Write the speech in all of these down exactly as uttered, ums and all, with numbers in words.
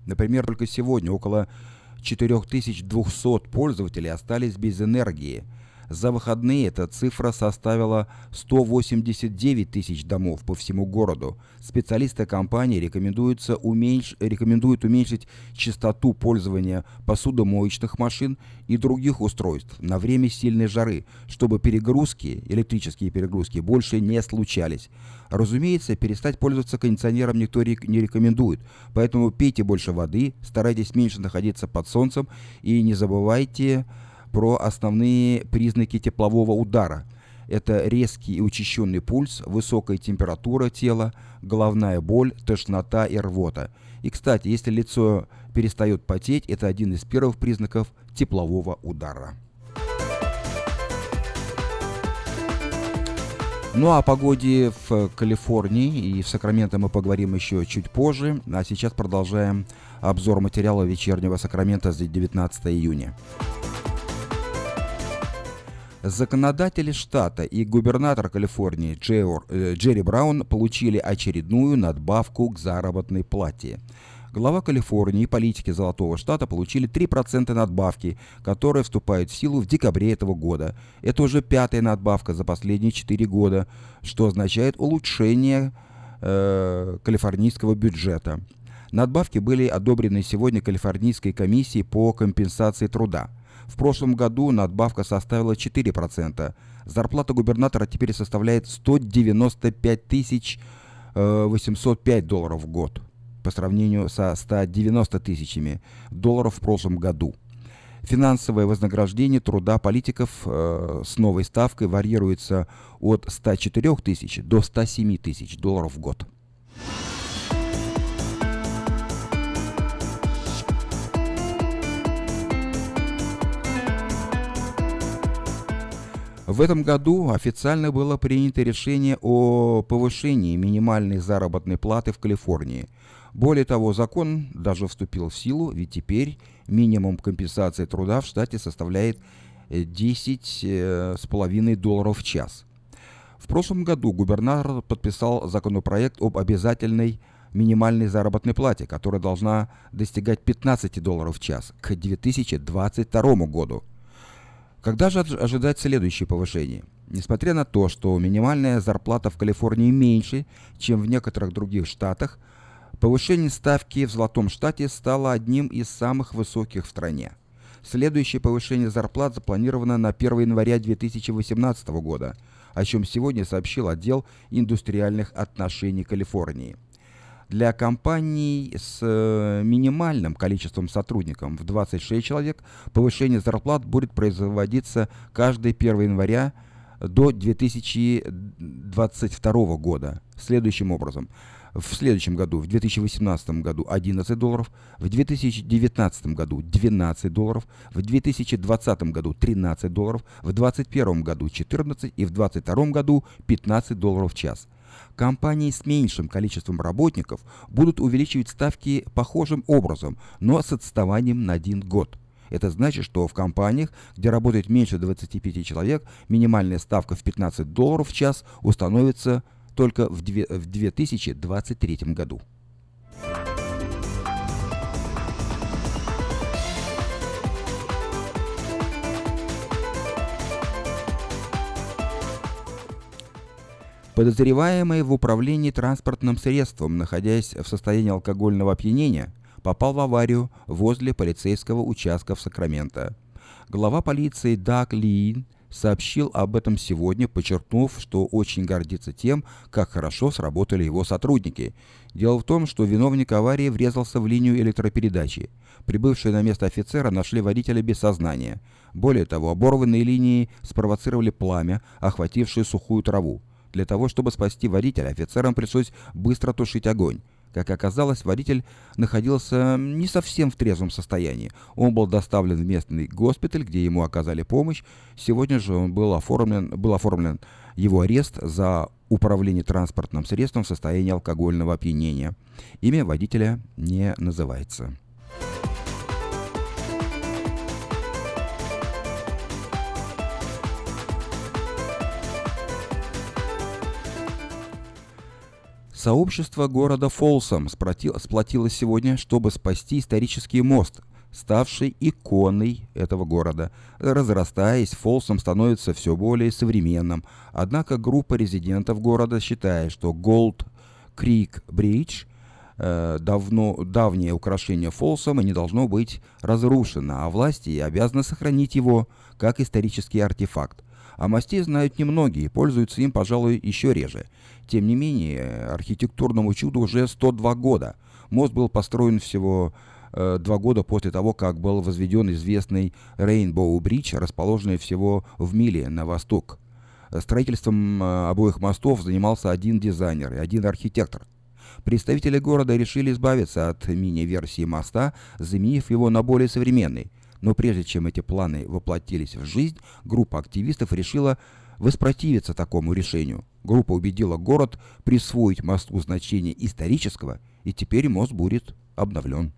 Например, только сегодня около четыре тысячи двести пользователей остались без энергии. За выходные эта цифра составила сто восемьдесят девять тысяч домов по всему городу. Специалисты компании рекомендуются уменьш... рекомендуют уменьшить частоту пользования посудомоечных машин и других устройств на время сильной жары, чтобы перегрузки, электрические перегрузки, больше не случались. Разумеется, перестать пользоваться кондиционером никто не рекомендует, поэтому пейте больше воды, старайтесь меньше находиться под солнцем и не забывайте про основные признаки теплового удара. Это резкий и учащенный пульс, высокая температура тела, головная боль, тошнота и рвота. И, кстати, если лицо перестает потеть, это один из первых признаков теплового удара. Ну а о погоде в Калифорнии и в Сакраменто мы поговорим еще чуть позже. А сейчас продолжаем обзор материала вечернего Сакрамента за девятнадцатое июня. Законодатели штата и губернатор Калифорнии Джер, э, Джерри Браун получили очередную надбавку к заработной плате. Глава Калифорнии и политики Золотого штата получили три процента надбавки, которая вступает в силу в декабре этого года. Это уже пятая надбавка за последние четыре года, что означает улучшение э, калифорнийского бюджета. Надбавки были одобрены сегодня Калифорнийской комиссией по компенсации труда. В прошлом году надбавка составила четыре процента. Зарплата губернатора теперь составляет сто девяносто пять тысяч восемьсот пять долларов в год по сравнению со ста девяноста тысячами долларов в прошлом году. Финансовое вознаграждение труда политиков э, с новой ставкой варьируется от ста четырёх тысяч до ста семи тысяч долларов в год. В этом году официально было принято решение о повышении минимальной заработной платы в Калифорнии. Более того, закон даже вступил в силу, ведь теперь минимум компенсации труда в штате составляет десять с половиной долларов в час. В прошлом году губернатор подписал законопроект об обязательной минимальной заработной плате, которая должна достигать пятнадцать долларов в час к две тысячи двадцать второму году. Когда же ожидать следующее повышение? Несмотря на то, что минимальная зарплата в Калифорнии меньше, чем в некоторых других штатах, повышение ставки в Золотом штате стало одним из самых высоких в стране. Следующее повышение зарплат запланировано на первое января две тысячи восемнадцатого года, о чем сегодня сообщил отдел индустриальных отношений Калифорнии. Для компаний с минимальным количеством сотрудников в двадцать шесть человек повышение зарплат будет производиться каждое первое января до две тысячи двадцать второго года. Следующим образом. В следующем году, в две тысячи восемнадцатом году одиннадцать долларов, в две тысячи девятнадцатом году двенадцать долларов, в две тысячи двадцатом году тринадцать долларов, в две тысячи двадцать первом году четырнадцать и в две тысячи двадцать втором году пятнадцать долларов в час. Компании с меньшим количеством работников будут увеличивать ставки похожим образом, но с отставанием на один год. Это значит, что в компаниях, где работает меньше двадцати пяти человек, минимальная ставка в пятнадцать долларов в час установится только в две тысячи двадцать третьем году. Подозреваемый в управлении транспортным средством, находясь в состоянии алкогольного опьянения, попал в аварию возле полицейского участка в Сакраменто. Глава полиции Даг Лин сообщил об этом сегодня, подчеркнув, что очень гордится тем, как хорошо сработали его сотрудники. Дело в том, что виновник аварии врезался в линию электропередачи. Прибывшие на место офицера нашли водителя без сознания. Более того, оборванные линии спровоцировали пламя, охватившее сухую траву. Для того, чтобы спасти водителя, офицерам пришлось быстро тушить огонь. Как оказалось, водитель находился не совсем в трезвом состоянии. Он был доставлен в местный госпиталь, где ему оказали помощь. Сегодня же он был оформлен, был оформлен его арест за управление транспортным средством в состоянии алкогольного опьянения. Имя водителя не называется. Сообщество города Фолсом сплотилось сегодня, чтобы спасти исторический мост, ставший иконой этого города. Разрастаясь, Фолсом становится все более современным. Однако группа резидентов города считает, что Gold Creek Bridge, э, давно, давнее украшение Фолсома, не должно быть разрушено, а власти обязаны сохранить его как исторический артефакт. О мосте знают немногие, пользуются им, пожалуй, еще реже. Тем не менее, архитектурному чуду уже сто два года. Мост был построен всего э, два года после того, как был возведен известный Rainbow Bridge, расположенный всего в миле на восток. Строительством э, обоих мостов занимался один дизайнер и один архитектор. Представители города решили избавиться от мини-версии моста, заменив его на более современный. Но прежде чем эти планы воплотились в жизнь, группа активистов решила воспротивиться такому решению. Группа убедила город присвоить мосту значение исторического, и теперь мост будет обновлен.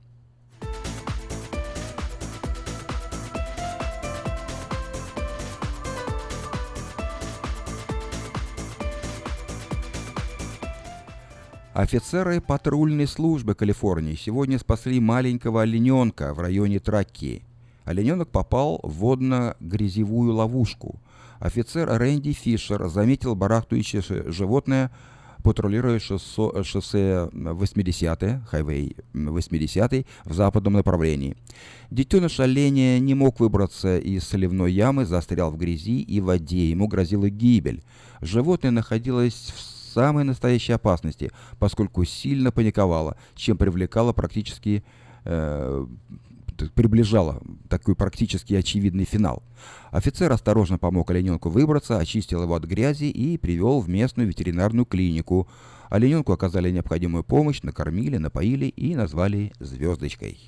Офицеры патрульной службы Калифорнии сегодня спасли маленького олененка в районе Тракки. Олененок попал в водно-грязевую ловушку. Офицер Рэнди Фишер заметил барахтающееся животное, патрулируя шоссе, шоссе восьмидесятое, хайвей восьмидесятый в западном направлении. Детеныш оленя не мог выбраться из соливной ямы, застрял в грязи и воде, ему грозила гибель. Животное находилось в самой настоящей опасности, поскольку сильно паниковало, чем привлекало практически... Э, приближало такой практически очевидный финал. Офицер осторожно помог олененку выбраться, очистил его от грязи и привел в местную ветеринарную клинику. Олененку оказали необходимую помощь, накормили, напоили и назвали «Звездочкой».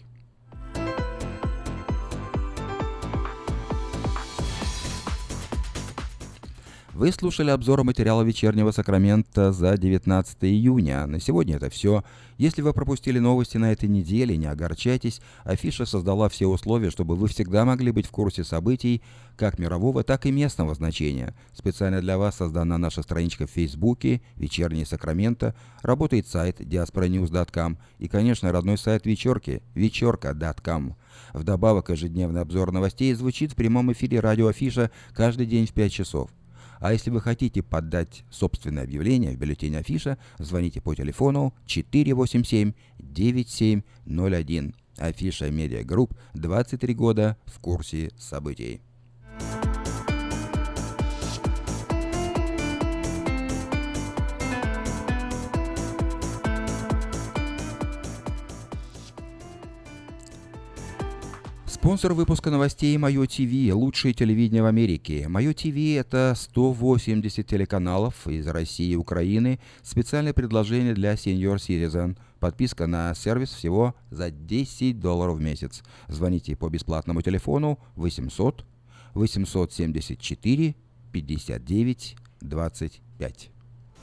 Вы слушали обзор материала «Вечернего Сакрамента» за девятнадцатое июня. На сегодня это все. Если вы пропустили новости на этой неделе, не огорчайтесь. Афиша создала все условия, чтобы вы всегда могли быть в курсе событий как мирового, так и местного значения. Специально для вас создана наша страничка в Фейсбуке «Вечерний Сакраменто», работает сайт диаспора ньюс точка ком и, конечно, родной сайт вечерки вечерка точка ком. Вдобавок, ежедневный обзор новостей звучит в прямом эфире радио Афиша каждый день в пять часов. А если вы хотите подать собственное объявление в бюллетень Афиша, звоните по телефону четыре восемь семь девять семь ноль один. Афиша Медиа Групп, двадцать три года в курсе событий. Спонсор выпуска новостей Мое ТВ, лучшее телевидение в Америке. Мое ТВ — это сто восемьдесят телеканалов из России и Украины. Специальное предложение для Senior Citizen. Подписка на сервис всего за десять долларов в месяц. Звоните по бесплатному телефону восемьсот восемьсот семьдесят четыре пятьдесят девять двадцать пять.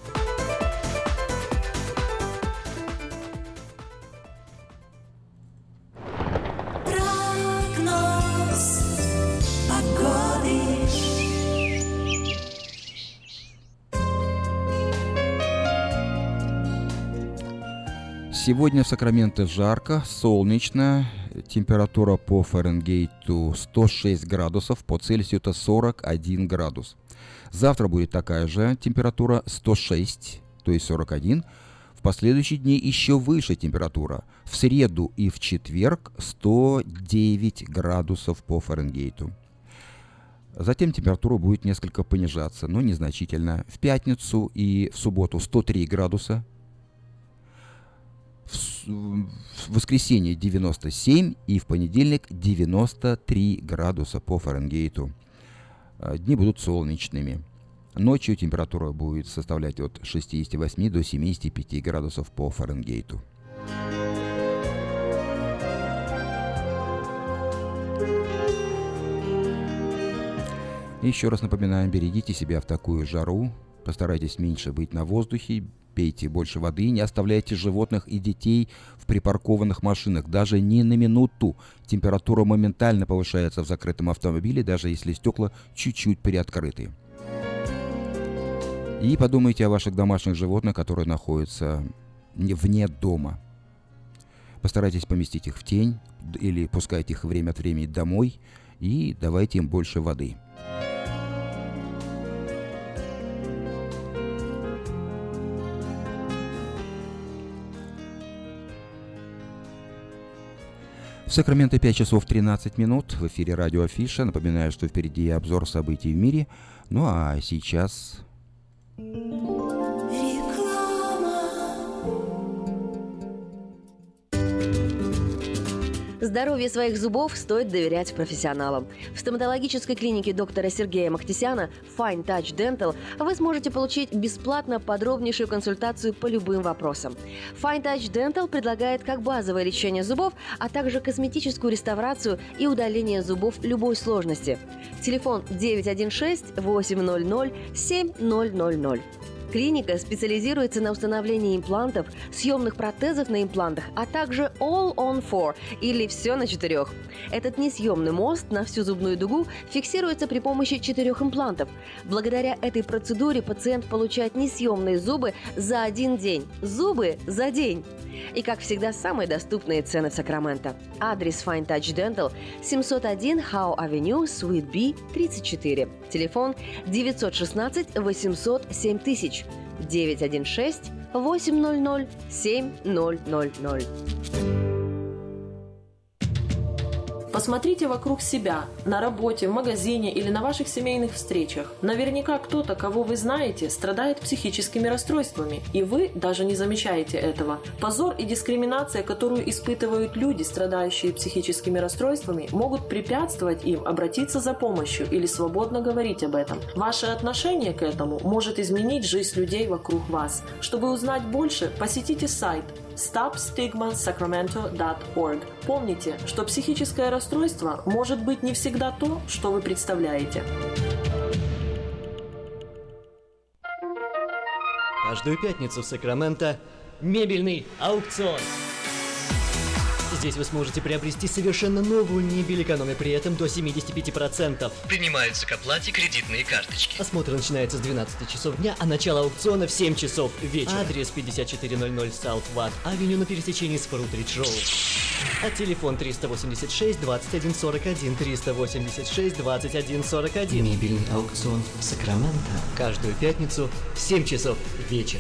Сегодня в Сакраменто жарко, солнечно, температура по Фаренгейту сто шесть градусов, по Цельсию это сорок один градус. Завтра будет такая же температура сто шесть, то есть сорок один. В последующие дни еще выше температура. В среду и в четверг сто девять градусов по Фаренгейту. Затем температура будет несколько понижаться, но незначительно. В пятницу и в субботу сто три градуса. В воскресенье девяносто семь и в понедельник девяносто три градуса по Фаренгейту. Дни будут солнечными. Ночью температура будет составлять от шестидесяти восьми до семидесяти пяти градусов по Фаренгейту. Еще раз напоминаем, берегите себя в такую жару, постарайтесь меньше быть на воздухе, пейте больше воды, не оставляйте животных и детей в припаркованных машинах, даже ни на минуту. Температура моментально повышается в закрытом автомобиле, даже если стекла чуть-чуть приоткрыты. И подумайте о ваших домашних животных, которые находятся вне дома. Постарайтесь поместить их в тень или пускайте их время от времени домой и давайте им больше воды. В Сакраменто пять часов тринадцать минут. В эфире радио Афиша. Напоминаю, что впереди обзор событий в мире. Ну а сейчас... Здоровье своих зубов стоит доверять профессионалам. В стоматологической клинике доктора Сергея Махтисяна Fine Touch Dental вы сможете получить бесплатно подробнейшую консультацию по любым вопросам. Fine Touch Dental предлагает как базовое лечение зубов, а также косметическую реставрацию и удаление зубов любой сложности. Телефон девять один шесть восемь ноль ноль семь ноль ноль ноль. Клиника специализируется на установлении имплантов, съемных протезов на имплантах, а также All on Four или все на четырех. Этот несъемный мост на всю зубную дугу фиксируется при помощи четырех имплантов. Благодаря этой процедуре пациент получает несъемные зубы за один день. Зубы за день! И, как всегда, самые доступные цены в Сакраменто. Адрес Fine Touch Dental семьсот один Howe Avenue, Suite B, тридцать четыре. Телефон девять один шесть восемьсот семь тысяч. девять один шесть восемь ноль ноль семь ноль ноль ноль. Посмотрите вокруг себя, на работе, в магазине или на ваших семейных встречах. Наверняка кто-то, кого вы знаете, страдает психическими расстройствами, и вы даже не замечаете этого. Позор и дискриминация, которую испытывают люди, страдающие психическими расстройствами, могут препятствовать им обратиться за помощью или свободно говорить об этом. Ваше отношение к этому может изменить жизнь людей вокруг вас. Чтобы узнать больше, посетите сайт стоп стигма сакраменто точка орг. Помните, что психическое расстройство может быть не всегда то, что вы представляете. Каждую пятницу в Сакраменто мебельный аукцион. Здесь вы сможете приобрести совершенно новую мебель, экономя при этом до семьдесят пять процентов. Принимаются к оплате кредитные карточки. Осмотр начинается с двенадцати часов дня, а начало аукциона в семь часов вечера. Адрес пятьдесят четыре ноль ноль South Watt Avenue на пересечении с Фрутридж Роуд. А телефон триста восемьдесят шесть двадцать один сорок один, триста восемьдесят шесть двадцать один сорок один. Мебельный аукцион в Сакраменто. Каждую пятницу в семь часов вечера.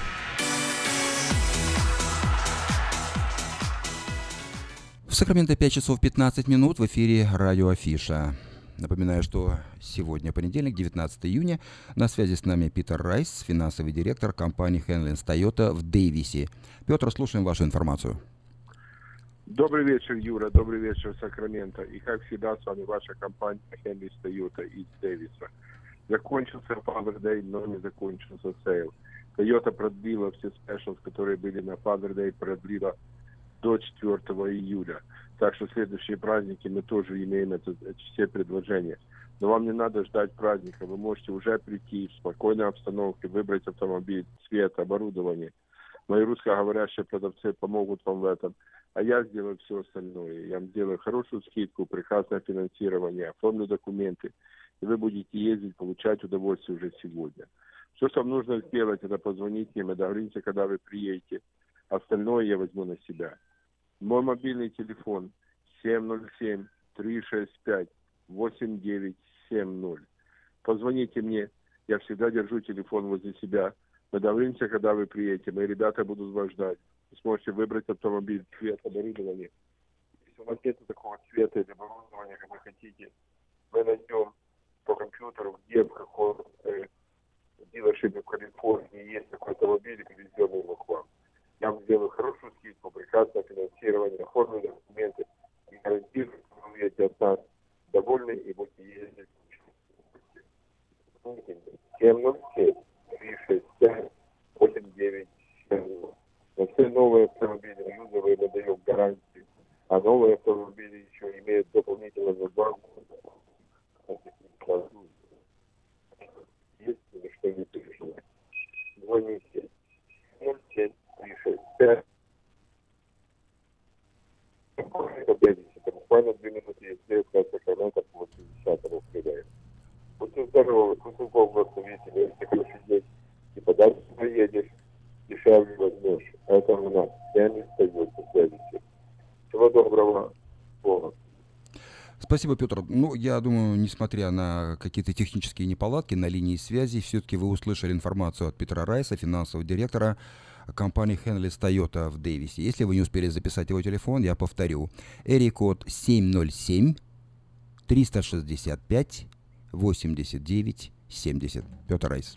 В Сакраменто пять часов пятнадцать минут. В эфире радио Афиша. Напоминаю, что сегодня понедельник, девятнадцатого июня. На связи с нами Питер Райс, финансовый директор компании Хенлинс Тойота в Дэвисе. Петр, слушаем вашу информацию. Добрый вечер, Юра. Добрый вечер, Сакраменто. И как всегда, с вами ваша компания Хенлинс Тойота из Дэвиса. Закончился Father's Day, но не закончился сейл. Toyota продлила все спешлс, которые были на Father's Day, продлила до четвёртого июля. Так что следующие праздники мы тоже имеем это, это все предложения. Но вам не надо ждать праздника. Вы можете уже прийти в спокойной обстановке, выбрать автомобиль, цвет, оборудование. Мои русскоговорящие продавцы помогут вам в этом. А я сделаю все остальное. Я вам сделаю хорошую скидку, прекрасное финансирование, оформлю документы. И вы будете ездить, получать удовольствие уже сегодня. Все, что вам нужно сделать, это позвонить мне, мы договоримся, когда вы приедете. Остальное я возьму на себя. Мой мобильный телефон семь ноль семь три шесть пять восемь девять семь ноль. Позвоните мне, я всегда держу телефон возле себя. Мы договоримся, когда вы приедете, мои ребята будут вас ждать. Вы сможете выбрать автомобиль, цвет, оборудование. Если у вас нет такого цвета или оборудования, как вы хотите, мы найдем по компьютеру, где в каком э, дилершипе в Калифорнии есть такой автомобиль, и привезем его к вам. Я вам сделаю хорошую скидку, прекрасное финансирование, оформлю документы и гарантирую, что вы будете от нас довольны и будете ездить. семь ноль семь три шесть пять восемь девять семь ноль. На все новые автомобили юзовые мы даем гарантии, а новые автомобили еще имеют дополнительно за два года. Есть или что не переживать. Звоните ноль семь три шесть пять. Буквально две минуты, если это Сакраменто по восьмидесятому стреляет. Будьте здоровы, будьте Богу благословители, если хороший день. И подальше поедешь, дешевле возьмешь. Это у нас Хенлис Тойота в Дэвисе. Всего доброго. Бога. Спасибо, Петр. Ну, я думаю, несмотря на какие-то технические неполадки на линии связи, все-таки вы услышали информацию от Петра Райса, финансового директора компании Хенлис Тойота в Дэвисе. Если вы не успели записать его телефон, я повторю. Эрикод семь ноль семь триста шестьдесят пять восемьдесят девять семьдесят. Петр Райс.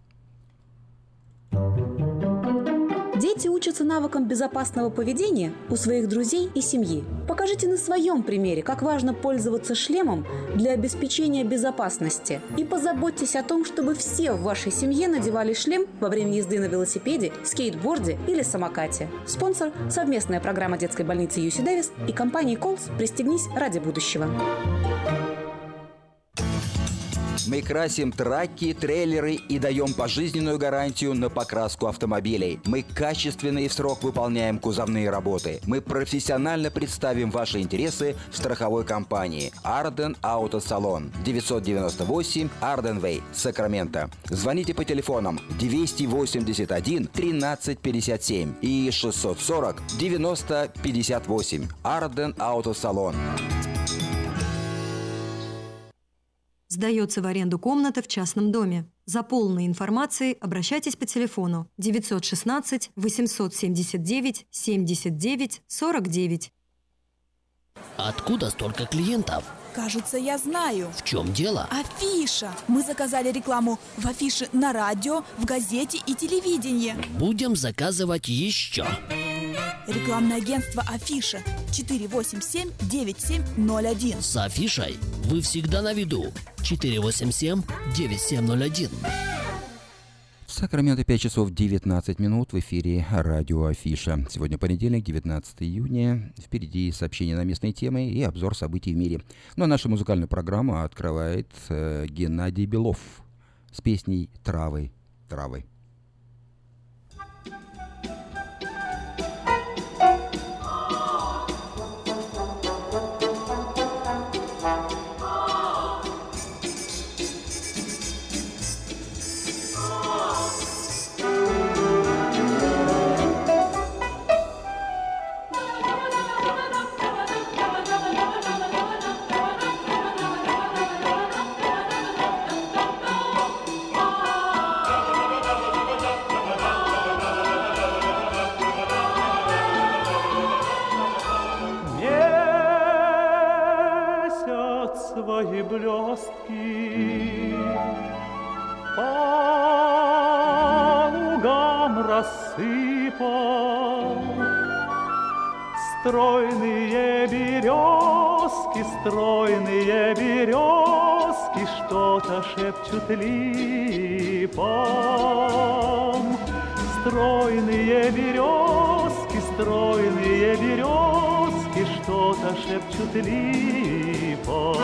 Дети учатся навыкам безопасного поведения у своих друзей и семьи. Покажите на своем примере, как важно пользоваться шлемом для обеспечения безопасности. И позаботьтесь о том, чтобы все в вашей семье надевали шлем во время езды на велосипеде, скейтборде или самокате. Спонсор – совместная программа детской больницы ю си Дэвис и компании Колс «Пристегнись ради будущего». Мы красим траки, трейлеры и даем пожизненную гарантию на покраску автомобилей. Мы качественно и в срок выполняем кузовные работы. Мы профессионально представим ваши интересы в страховой компании Арден Автосалон, девятьсот девяносто восемь Арден Вей, Сакраменто. Звоните по телефонам двести восемьдесят один тринадцать пятьдесят семь и шестьсот сорок девяносто пятьдесят восемь. Арден Автосалон. Сдается в аренду комната в частном доме. За полной информацией обращайтесь по телефону девятьсот шестнадцать восемьсот семьдесят девять семьдесят девять сорок девять. Откуда столько клиентов? Кажется, я знаю. В чем дело? Афиша. Мы заказали рекламу в афише на радио, в газете и телевидении. Будем заказывать еще. Рекламное агентство «Афиша» четыре восемь семь девять семь ноль один. С афишей вы всегда на виду. четыре восемь семь девять семь ноль один. В Сакраменто пять часов девятнадцать минут, в эфире радио Афиша. Сегодня понедельник, девятнадцатого июня. Впереди сообщения на местные темы и обзор событий в мире. Ну а нашу музыкальную программу открывает э, Геннадий Белов с песней «Травы, травы». Свои блестки по лугам рассыпал. Стройные березки, стройные березки что-то шепчут липам. Стройные березки, стройные березки что-то шепчут липам.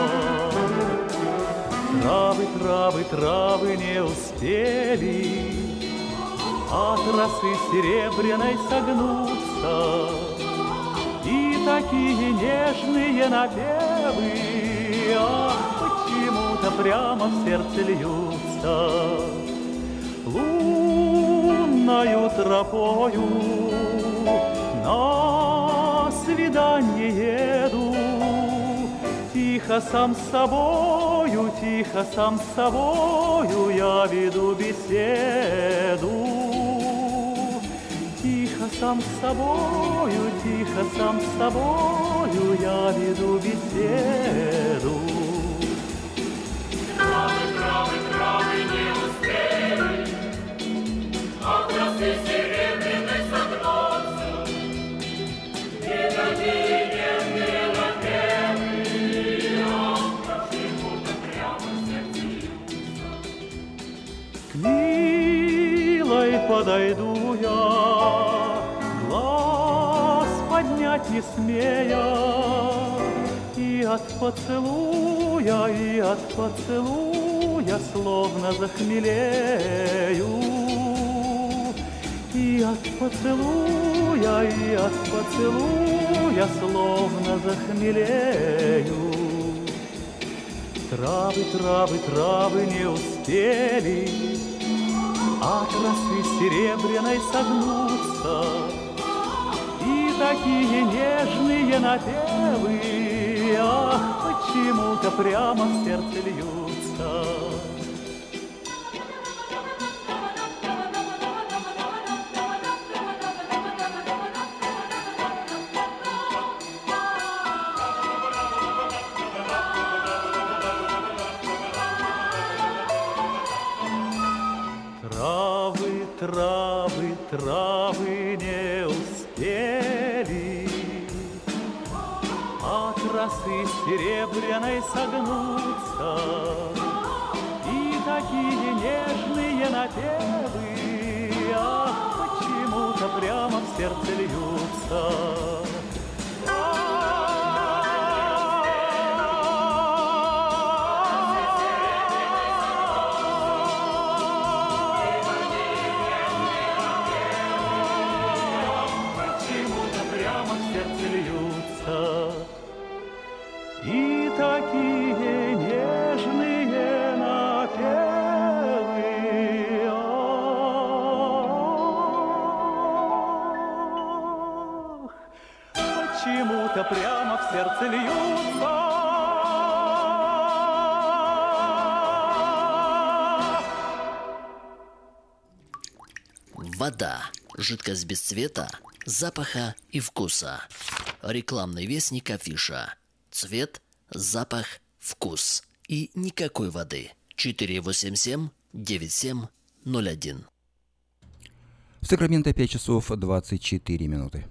Травы, травы, травы не успели от росы серебряной согнуться, и такие нежные напевы, ах, почему-то прямо в сердце льются. Лунною тропою на свидание еду, тихо сам с собою, тихо сам с собою я веду беседу. Тихо сам с собою, тихо сам с собою я веду беседу. Травы, травы, травы не успели от росы серебряной согнуться, и такие нежные напевы, ах, почему-то прямо в сердце льются. К милой подойду я, глаз поднять не смея, и от поцелуя, и от поцелуя словно захмелею. И от поцелуя, и от поцелуя словно захмелею. Травы, травы, травы не успели от росы серебряной согнутся, и такие нежные напевы, ах, почему-то прямо в сердце льются. Травы, травы, травы не успели от росы серебряной согнуться, и такие нежные напевы, ах, почему-то прямо в сердце льются. И такие нежные напевы, ах, почему-то прямо в сердце льются. Вода. Жидкость без цвета, запаха и вкуса. Рекламный вестник Афиша. Цвет, запах, вкус. И никакой воды. четыре восемь семь девять семь ноль один. В Сакраменто пять часов двадцать четыре минуты.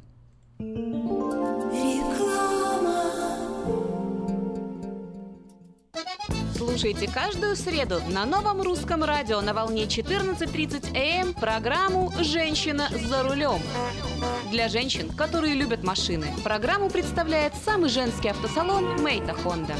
Слушайте каждую среду на Новом русском радио на волне четырнадцать тридцать эй эм программу «Женщина за рулем». Для женщин, которые любят машины, программу представляет самый женский автосалон «Мейта Хонда».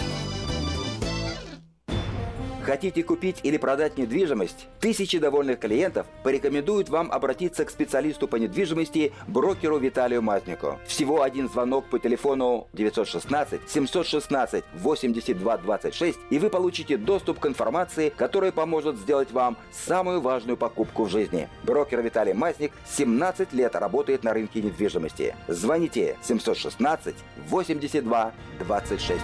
Хотите купить или продать недвижимость? Тысячи довольных клиентов порекомендуют вам обратиться к специалисту по недвижимости, брокеру Виталию Мазнику. Всего один звонок по телефону девятьсот шестнадцать семьсот шестнадцать восемьдесят два двадцать шесть, и вы получите доступ к информации, которая поможет сделать вам самую важную покупку в жизни. Брокер Виталий Мазник семнадцать лет работает на рынке недвижимости. Звоните семьсот шестнадцать восемьдесят два двадцать шесть.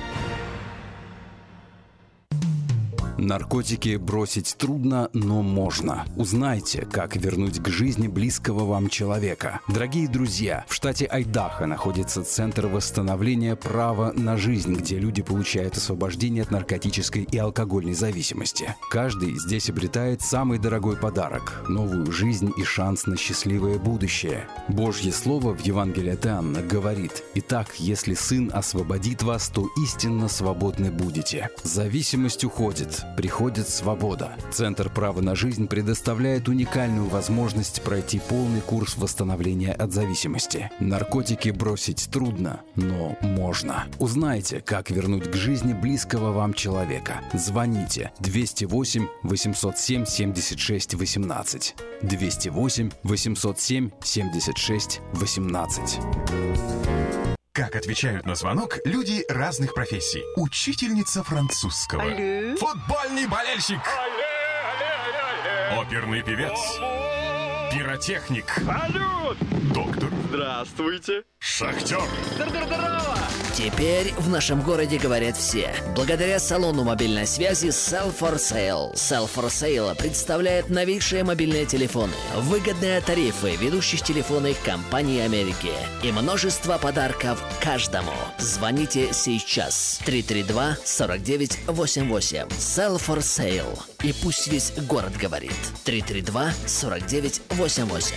Наркотики бросить трудно, но можно. Узнайте, как вернуть к жизни близкого вам человека. Дорогие друзья, в штате Айдахо находится Центр восстановления права на жизнь, где люди получают освобождение от наркотической и алкогольной зависимости. Каждый здесь обретает самый дорогой подарок – новую жизнь и шанс на счастливое будущее. Божье Слово в Евангелии от Иоанна говорит: «Итак, если Сын освободит вас, то истинно свободны будете». Зависимость уходит. Приходит свобода. Центр права на жизнь предоставляет уникальную возможность пройти полный курс восстановления от зависимости. Наркотики бросить трудно, но можно. Узнайте, как вернуть к жизни близкого вам человека. Звоните двести восемь восемьсот семь семьдесят шесть восемнадцать. двести восемь восемьсот семь семьдесят шесть восемнадцать. Как отвечают на звонок люди разных профессий. Учительница французского. Алле. Футбольный болельщик. Алле, алле, алле. Оперный певец. Пиротехник. Салют! Доктор. Здравствуйте. Шахтер. Здорово! Теперь в нашем городе говорят все. Благодаря салону мобильной связи Sell for Sale. Sell for Sale представляет новейшие мобильные телефоны, выгодные тарифы ведущих телефонных компаний Америки и множество подарков каждому. Звоните сейчас. три три два сорок девять восемьдесят восемь. Sell for Sale. И пусть весь город говорит. три три два сорок девять восемьдесят восемь.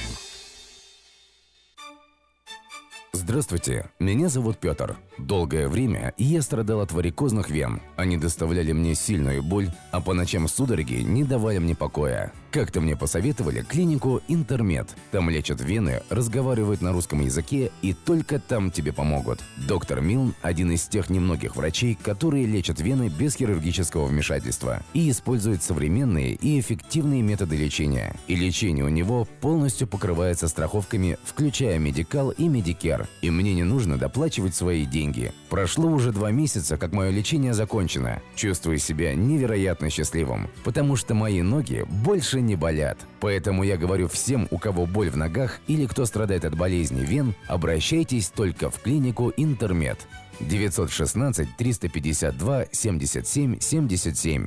Здравствуйте, меня зовут Петр. Долгое время я страдал от варикозных вен. Они доставляли мне сильную боль, а по ночам судороги не давали мне покоя. Как-то мне посоветовали клинику Интермед. Там лечат вены, разговаривают на русском языке, и только там тебе помогут. Доктор Милн – один из тех немногих врачей, которые лечат вены без хирургического вмешательства и используют современные и эффективные методы лечения. И лечение у него полностью покрывается страховками, включая Медикал и Медикер. И мне не нужно доплачивать свои деньги. Прошло уже два месяца, как мое лечение закончено. Чувствую себя невероятно счастливым, потому что мои ноги больше не болят. Поэтому я говорю всем, у кого боль в ногах или кто страдает от болезни вен, обращайтесь только в клинику Интермед. девятьсот шестнадцать триста пятьдесят два семьдесят семь семьдесят семь.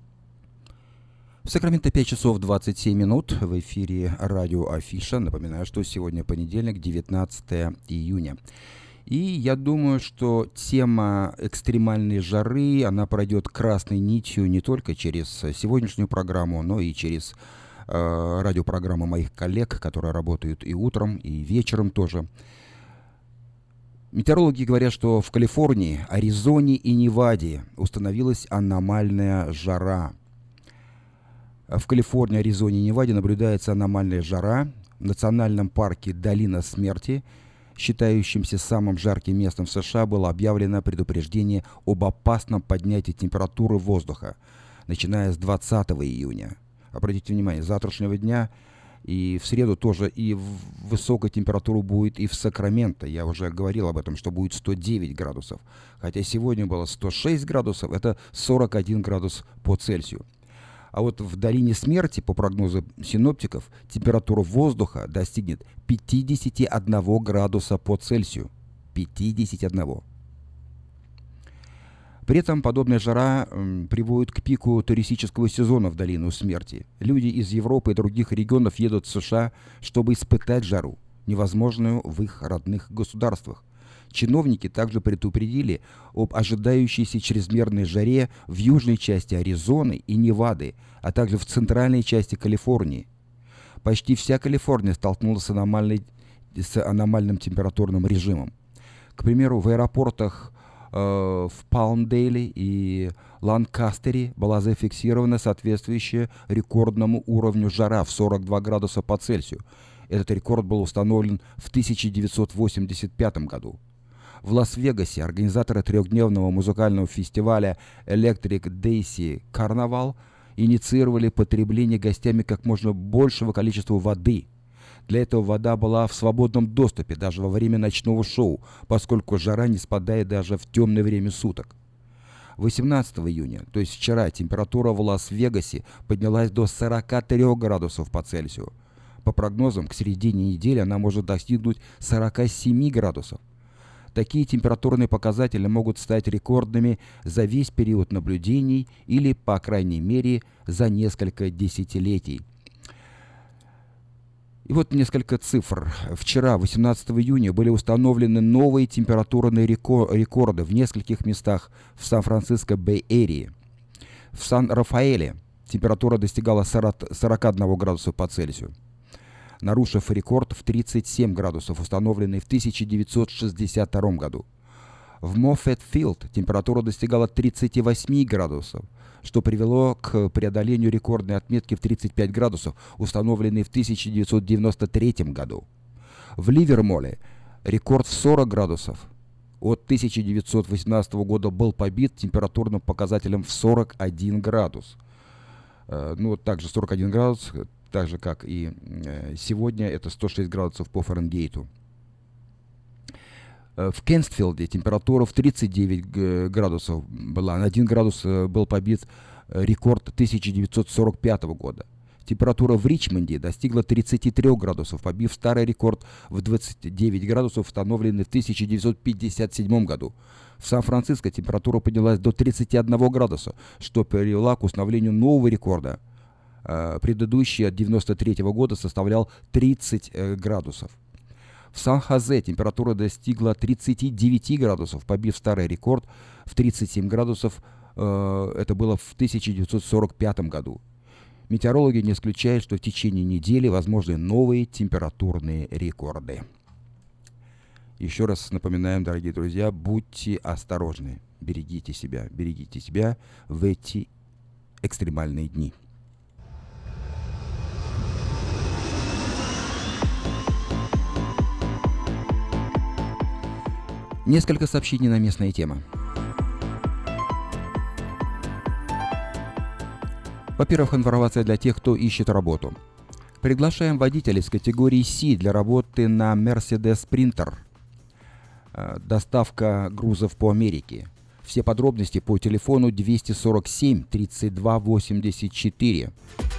В Сакраменто пять часов двадцать семь минут. В эфире радио Афиша. Напоминаю, что сегодня понедельник, девятнадцатое июня. И я думаю, что тема экстремальной жары, она пройдет красной нитью не только через сегодняшнюю программу, но и через э, радиопрограммы моих коллег, которые работают и утром, и вечером тоже. Метеорологи говорят, что в Калифорнии, Аризоне и Неваде установилась аномальная жара. В Калифорнии, Аризоне и Неваде наблюдается аномальная жара. В национальном парке Долина Смерти, считающемся самым жарким местом в США, было объявлено предупреждение об опасном поднятии температуры воздуха, начиная с двадцатого июня. Обратите внимание, с завтрашнего дня и в среду тоже и высокая температура будет и в Сакраменто. Я уже говорил об этом, что будет сто девять градусов. Хотя сегодня было сто шесть градусов, это сорок один градус по Цельсию. А вот в Долине Смерти, по прогнозу синоптиков, температура воздуха достигнет пятьдесят один градуса по Цельсию. пятьдесят один. При этом подобная жара м, приводит к пику туристического сезона в Долину Смерти. Люди из Европы и других регионов едут в США, чтобы испытать жару, невозможную в их родных государствах. Чиновники также предупредили об ожидающейся чрезмерной жаре в южной части Аризоны и Невады, а также в центральной части Калифорнии. Почти вся Калифорния столкнулась с, аномальной, с аномальным температурным режимом. К примеру, в аэропортах э, в Палмдейле и Ланкастере была зафиксирована соответствующая рекордному уровню жара в сорок два градуса по Цельсию. Этот рекорд был установлен в тысяча девятьсот восемьдесят пятом году. В Лас-Вегасе организаторы трехдневного музыкального фестиваля Electric Daisy Carnival инициировали потребление гостями как можно большего количества воды. Для этого вода была в свободном доступе даже во время ночного шоу, поскольку жара не спадает даже в темное время суток. восемнадцатого июня, то есть вчера, температура в Лас-Вегасе поднялась до сорока трёх градусов по Цельсию. По прогнозам, к середине недели она может достигнуть сорока семи градусов. Такие температурные показатели могут стать рекордными за весь период наблюдений или, по крайней мере, за несколько десятилетий. И вот несколько цифр. Вчера, восемнадцатого июня, были установлены новые температурные рекорды в нескольких местах в Сан-Франциско Бэй-Эрии. В Сан-Рафаэле температура достигала сорока одного градуса по Цельсию, нарушив рекорд в тридцать семь градусов, установленный в тысяча девятьсот шестьдесят втором году. В Моффетт-Филд температура достигала тридцати восьми градусов, что привело к преодолению рекордной отметки в тридцать пять градусов, установленной в тысяча девятьсот девяносто третьем году. В Ливермоле рекорд в сорок градусов от тысяча девятьсот восемнадцатого года был побит температурным показателем в сорок один градус. Ну, также сорок один градус, так же, как и э, сегодня, это сто шесть градусов по Фаренгейту. Э, в Кенстфилде температура в тридцать девять градусов была. На один градус э, был побит э, рекорд тысяча девятьсот сорок пятого года. Температура в Ричмонде достигла тридцати трёх градусов, побив старый рекорд в двадцать девять градусов, установленный в тысяча девятьсот пятьдесят седьмом году. В Сан-Франциско температура поднялась до тридцати одного градуса, что привело к установлению нового рекорда. Предыдущий от девяносто третьего года составлял тридцать э, градусов. В Сан-Хозе температура достигла тридцати девяти градусов, побив старый рекорд в тридцать семь градусов. Э, это было в тысяча девятьсот сорок пятом году. Метеорологи не исключают, что в течение недели возможны новые температурные рекорды. Еще раз напоминаем, дорогие друзья, будьте осторожны, берегите себя, берегите себя в эти экстремальные дни. Несколько сообщений на местные темы. Во-первых, информация для тех, кто ищет работу. Приглашаем водителей с категории C для работы на Mercedes Sprinter. доставка грузов по Америке. Все подробности по телефону двести сорок семь тридцать два восемьдесят четыре.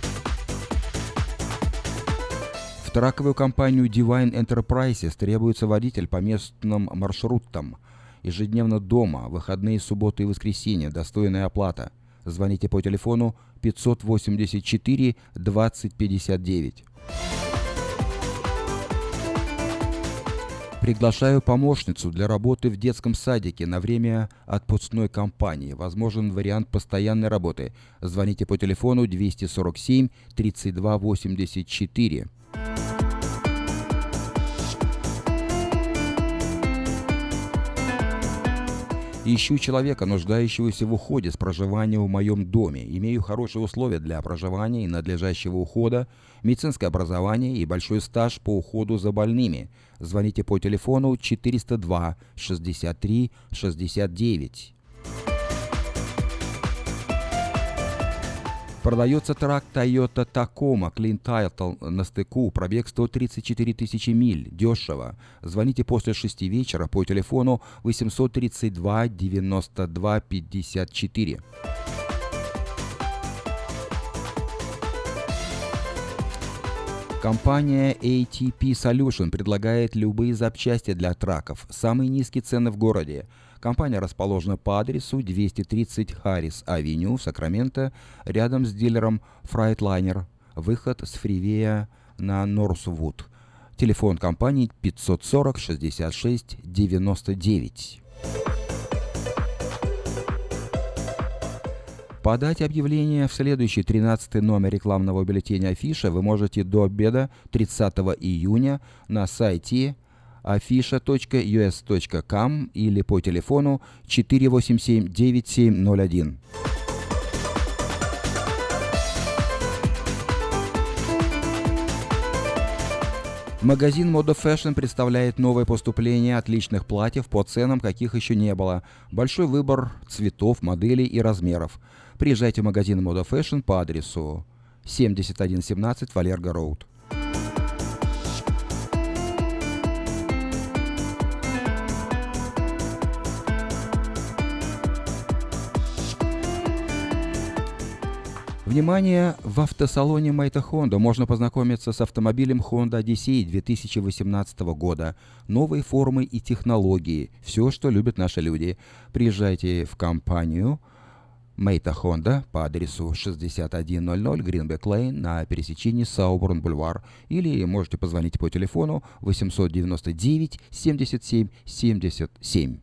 В траковую компанию Divine Enterprises требуется водитель по местным маршрутам. Ежедневно дома, выходные, субботы и воскресенья, достойная оплата. Звоните по телефону пятьсот восемьдесят четыре двадцать пятьдесят девять. Приглашаю помощницу для работы в детском садике на время отпускной кампании. Возможен вариант постоянной работы. Звоните по телефону двести сорок семь тридцать два восемьдесят четыре. Ищу человека, нуждающегося в уходе с проживания в моем доме. Имею хорошие условия для проживания и надлежащего ухода, медицинское образование и большой стаж по уходу за больными. Звоните по телефону четыреста два шестьдесят три шестьдесят девять. Продается трак Toyota Tacoma Clean Title на стыку, пробег сто тридцать четыре тысячи миль, дешево. Звоните после шести вечера по телефону восемьсот тридцать два девяносто два пятьдесят четыре. Компания эй ти пи Solution предлагает любые запчасти для траков. Самые низкие цены в городе. Компания расположена по адресу двести тридцать Харрис-авеню в Сакраменто, рядом с дилером Freightliner. Выход с фривея на Норсвуд. Телефон компании пятьсот сорок шестьдесят шесть девяносто девять. Подать объявление в следующий тринадцатый номер рекламного бюллетеня Афиша вы можете до обеда тридцатого июня на сайте афиша точка ю эс точка ком или по телефону четыре восемь семь девять семь ноль один. Магазин Moda Fashion представляет новое поступление отличных платьев по ценам, каких еще не было. Большой выбор цветов, моделей и размеров. Приезжайте в магазин Moda Fashion по адресу семьдесят один семнадцать Валерго Роуд. Внимание! В автосалоне Мэйта Honda можно познакомиться с автомобилем Honda Odyssey две тысячи восемнадцатого года. Новые формы и технологии. Все, что любят наши люди. Приезжайте в компанию Мэйта Honda по адресу шестьдесят один ноль ноль Гринбек Лейн на пересечении Сауборн Бульвар. Или можете позвонить по телефону восемьсот девяносто девять семьдесят семь семьдесят семь.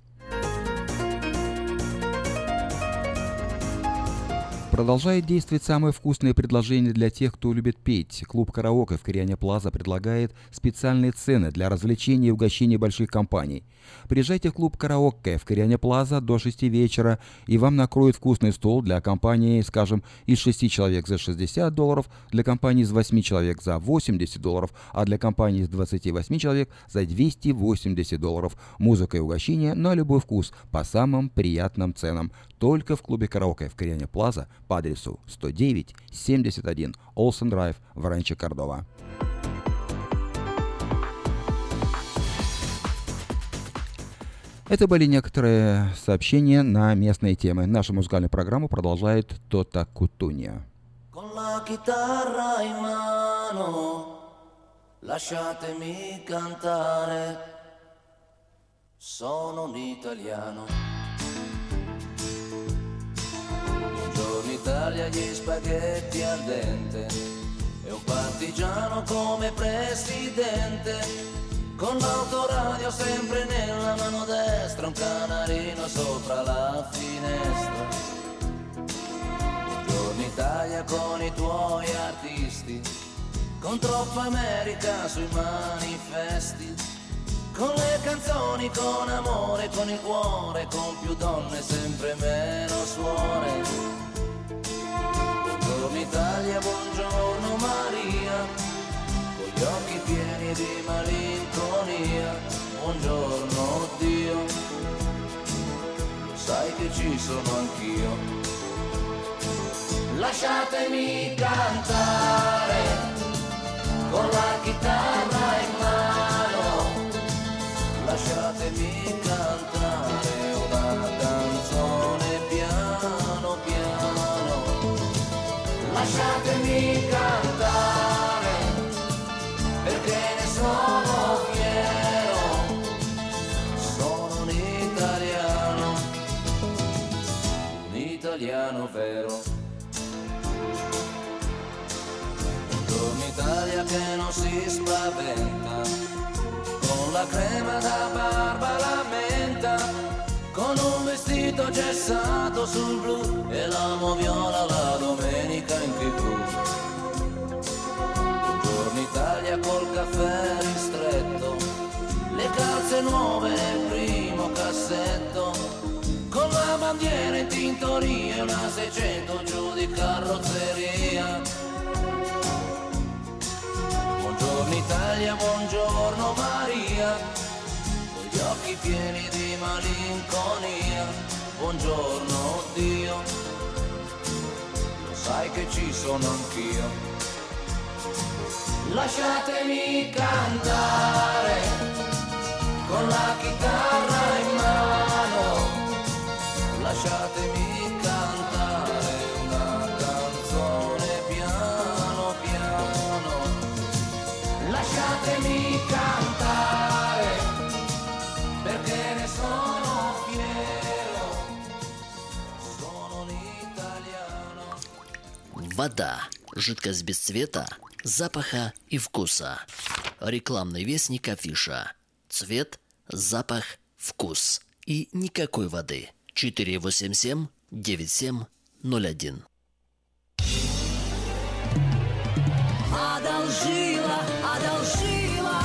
Продолжает действовать самое вкусное предложение для тех, кто любит петь. Клуб «Караоке» в Кориане Плаза предлагает специальные цены для развлечения и угощения больших компаний. Приезжайте в клуб «Караоке» в Кориане Плаза до шести вечера, и вам накроют вкусный стол для компании, скажем, из шести человек за шестьдесят долларов, для компании из восьми человек за восемьдесят долларов, а для компании из двадцати восьми человек за двести восемьдесят долларов. Музыка и угощение на любой вкус по самым приятным ценам. Только в клубе «Караоке» в Кориане Плаза по адресу сто девять семьдесят один Олсен Драйв в Ранчо Кордова. Это были некоторые сообщения на местные темы. Нашу музыкальную программу продолжает Тота Кутунья. Lasciatemi cantare, sono un italiano. Buongiorno Italia, gli spaghetti al dente e un partigiano come presidente, con l'autoradio sempre nella mano destra, un canarino sopra la finestra. Buongiorno Italia con i tuoi artisti, con troppa America sui manifesti, con le canzoni, con amore, con il cuore, con più donne, sempre meno suore. Buongiorno Italia, buongiorno Maria, con gli occhi pieni di malinconia. Buongiorno Dio, lo sai che ci sono anch'io. Lasciatemi cantare con la chitarra in mano, lasciatemi cantare, perché ne sono fiero, sono un italiano, un italiano vero. Buongiorno Italia che non si spaventa, con la crema da barba la menta, con un vestito gessato sul blu e l'amo viola la domenica in tv. Buongiorno Italia col caffè ristretto, le calze nuove nel primo cassetto, con la bandiera in tintoria e una seicento giù di carrozzeria. Buongiorno Italia, buongiorno Maria, con gli occhi pieni di malinconia. Buongiorno Dio, lo sai che ci sono anch'io. Lasciatemi cantare con la chitarra in mano, lasciatemi cantare una canzone piano piano, lasciatemi cantare perché ne sono fiero, sono un italiano. Вода. Жидкость без цвета, запаха и вкуса. Рекламный вестник Афиша. Цвет, запах, вкус. И никакой воды. четыре восемь семь девять семь ноль один. Одолжила, одолжила,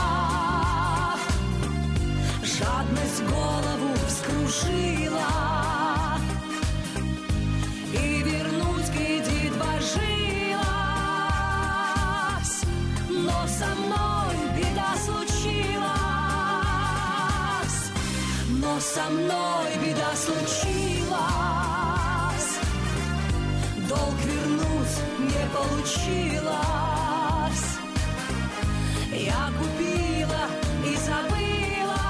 жадность голову вскружила, и вернуть кредит божилась, но со мной беда случилась, но со мной беда случилась, долг вернуть не получилось. Я купила и забыла,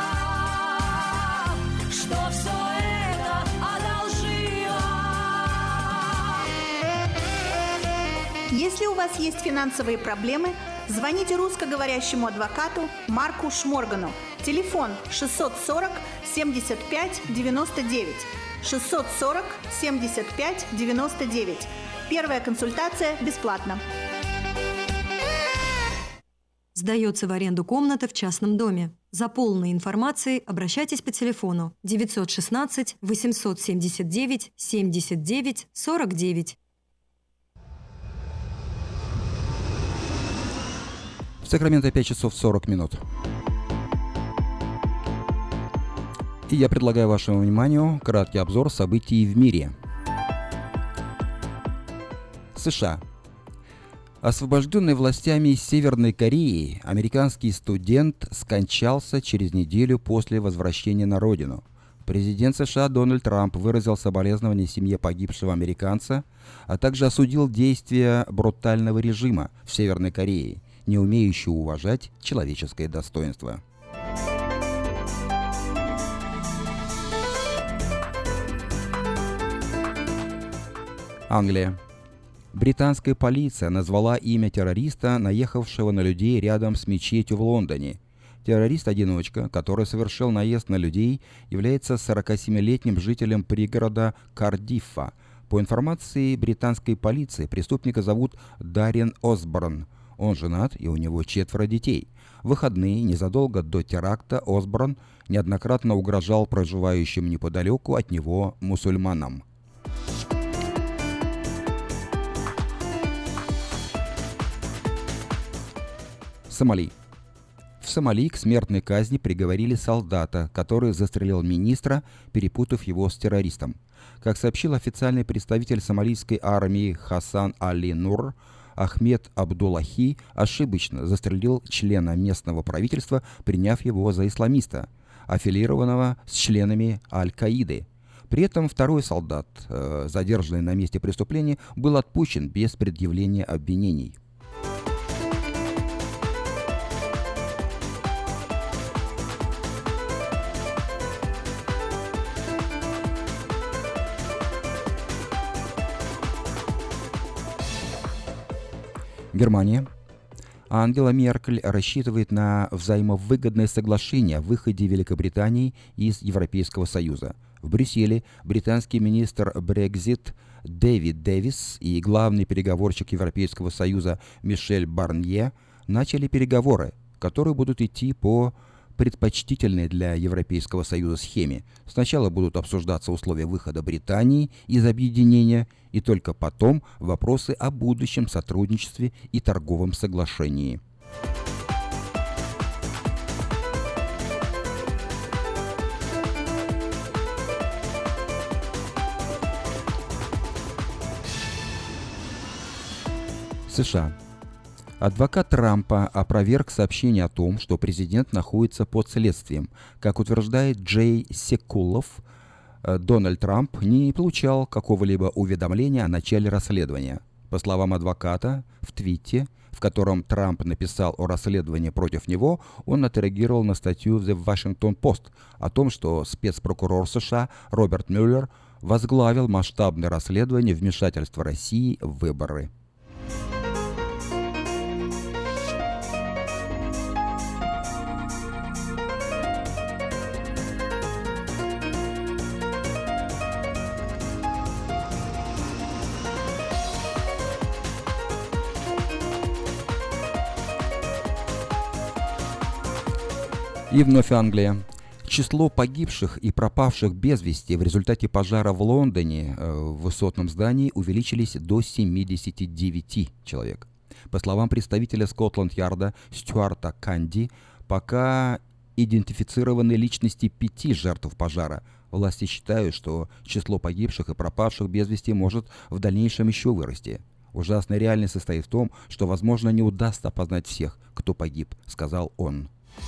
что все это одолжила. Если у вас есть финансовые проблемы, звоните русскоговорящему адвокату Марку Шморгану. Телефон шестьсот сорок семьдесят пять девяносто девять. шестьсот сорок семьдесят пять девяносто девять. Первая консультация бесплатна. Сдается в аренду комната в частном доме. За полной информацией обращайтесь по телефону девятьсот шестнадцать восемьсот семьдесят девять семьдесят девять сорок девять. В Сакраменто пять часов сорок минут. И я предлагаю вашему вниманию краткий обзор событий в мире. США. Освобожденный властями из Северной Кореи, американский студент скончался через неделю после возвращения на родину. Президент США Дональд Трамп выразил соболезнования семье погибшего американца, а также осудил действия брутального режима в Северной Корее, не умеющего уважать человеческое достоинство. Англия. Британская полиция назвала имя террориста, наехавшего на людей рядом с мечетью в Лондоне. Террорист-одиночка, который совершил наезд на людей, является сорокасемилетним жителем пригорода Кардиффа. По информации британской полиции, преступника зовут Даррен Осборн. Он женат, и у него четверо детей. В выходные, незадолго до теракта, Осборн неоднократно угрожал проживающим неподалеку от него мусульманам. Сомали. В Сомали к смертной казни приговорили солдата, который застрелил министра, перепутав его с террористом. Как сообщил официальный представитель сомалийской армии Хасан Али Нур, Ахмед Абдуллахи ошибочно застрелил члена местного правительства, приняв его за исламиста, аффилированного с членами Аль-Каиды. При этом второй солдат, э, задержанный на месте преступления, был отпущен без предъявления обвинений. Германия. Ангела Меркель рассчитывает на взаимовыгодное соглашение о выходе Великобритании из Европейского Союза. В Брюсселе британский министр Brexit Дэвид Дэвис и главный переговорщик Европейского Союза Мишель Барнье начали переговоры, которые будут идти по предпочтительной для Европейского Союза схеме. Сначала будут обсуждаться условия выхода Британии из объединения, и только потом вопросы о будущем сотрудничестве и торговом соглашении. США. Адвокат Трампа опроверг сообщение о том, что президент находится под следствием. Как утверждает Джей Секулов, Дональд Трамп не получал какого-либо уведомления о начале расследования. По словам адвоката, в твите, в котором Трамп написал о расследовании против него, он отреагировал на статью в The Washington Post о том, что спецпрокурор США Роберт Мюллер возглавил масштабное расследование вмешательства России в выборы. И вновь Англия. Число погибших и пропавших без вести в результате пожара в Лондоне э, в высотном здании увеличились до семидесяти девяти человек. По словам представителя Скотланд-Ярда Стюарта Канди, пока идентифицированы личности пяти жертв пожара. Власти считают, что число погибших и пропавших без вести может в дальнейшем еще вырасти. Ужасная реальность состоит в том, что, возможно, не удастся опознать всех, кто погиб, сказал он.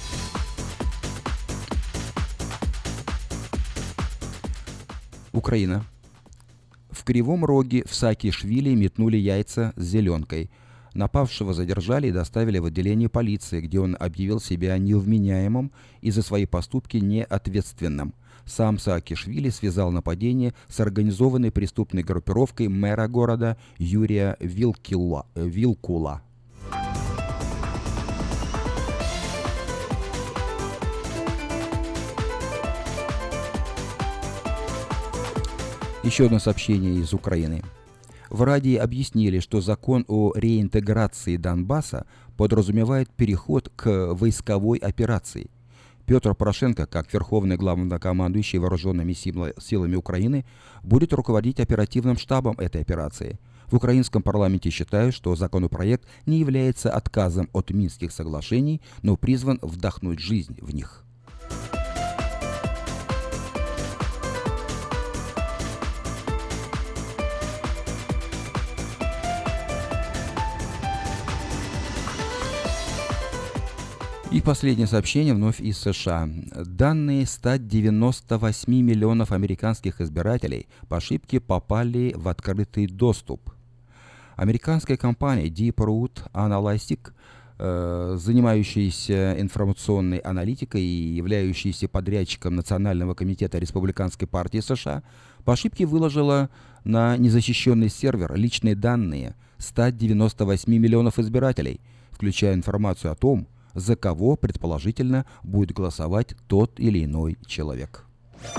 Украина. В Кривом Роге в Саакашвили метнули яйца с зеленкой. Напавшего задержали и доставили в отделение полиции, где он объявил себя невменяемым и за свои поступки неответственным. Сам Саакашвили связал нападение с организованной преступной группировкой мэра города Юрия Вилкула. Вилкула. Еще одно сообщение из Украины. В Раде объяснили, что закон о реинтеграции Донбасса подразумевает переход к войсковой операции. Петр Порошенко, как верховный главнокомандующий вооруженными силами Украины, будет руководить оперативным штабом этой операции. В украинском парламенте считают, что законопроект не является отказом от Минских соглашений, но призван вдохнуть жизнь в них. И последнее сообщение вновь из США. Данные ста девяноста восьми миллионов американских избирателей по ошибке попали в открытый доступ. Американская компания Deep Root Analytics, э, занимающаяся информационной аналитикой и являющаяся подрядчиком Национального комитета Республиканской партии США, по ошибке выложила на незащищенный сервер личные данные ста девяноста восьми миллионов избирателей, включая информацию о том, за кого, предположительно, будет голосовать тот или иной человек.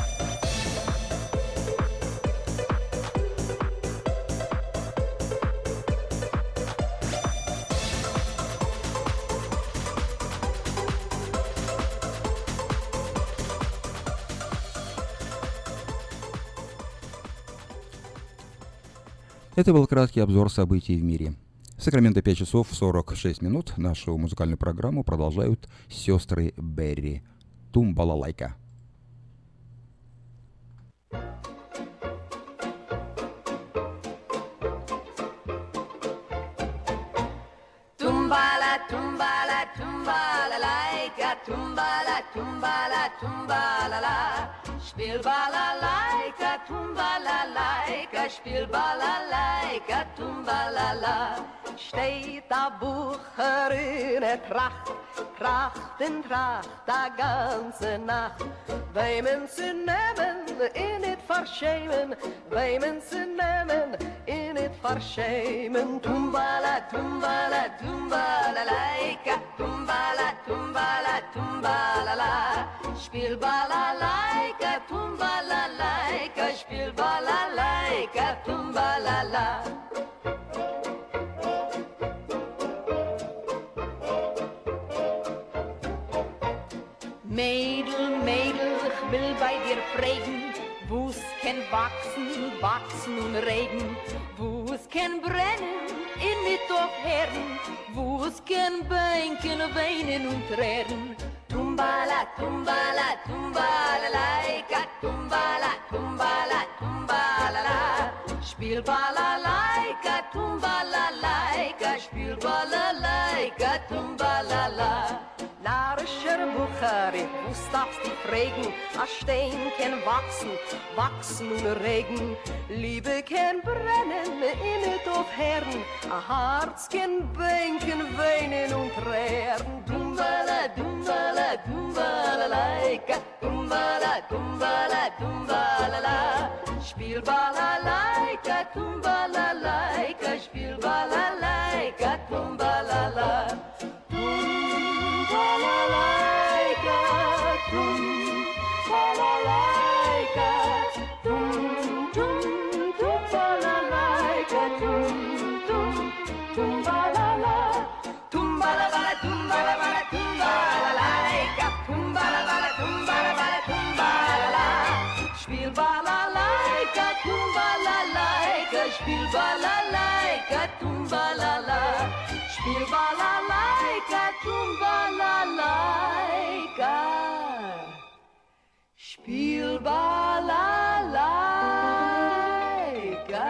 Это был краткий обзор событий в мире. В Сакраменто пять часов сорок шесть минут. Нашу музыкальную программу продолжают сестры Берри. Тумбалалайка. Tumbala, tumbala, tumbala, laika, tumbala, tumbala, tumbala, la. Spiel balalaika, tumbala, laika, spiel balalaika, tumbala, la. Steht a Bucherin Tracht, Tracht in Tracht, a ganze Nacht. Weimen zu nehmen, in it verschämen, weimen zu nehmen, in mij niet verschämen. Tumbala, tumbala, tumbala, laika. Tumbala, tumbala, tumbala, la. Spiel balalaika, tumbala, laika. Spiel balalaika, tumbala, la. Mädel, Mädel, ich will bei dir fragen, wo's kann wachsen, wachsen und regen, wo's kann brennen, in mit auf Herden, wo's kann bänken, weinen und tränen. Tumbala, tumbala, tumbala, laika, tumbala, tumbala, tumbala, la. Spiel balalaika, tumbala, laika, spiel balalaika, tumbala, la. Larischer Buchari, wo darfst du fragen? A Stein kann wachsen, wachsen und regen. Liebe kann brennen, innet auf Herren. A Herz kann bänken, weinen und tränen. Dumbala, dumbala, dumbala, laika. Dumbala, dumbala, dumbala, la. Spiel balalaika, tumbala, laika. Spiel balalaika, tumbala, la. Balalaika, tum, balalaika, tum, tum, tum, balalaika, tum, tum, tum, balala, tum, balabala, tum, balabala, tum, balalaika, tum, balabala, tum, balabala, tum, balala, spiel balalaika, tum, balalaika, spiel balalaika, tum, balala, spiel balalaika, tum, balalaika, spiel balalaika,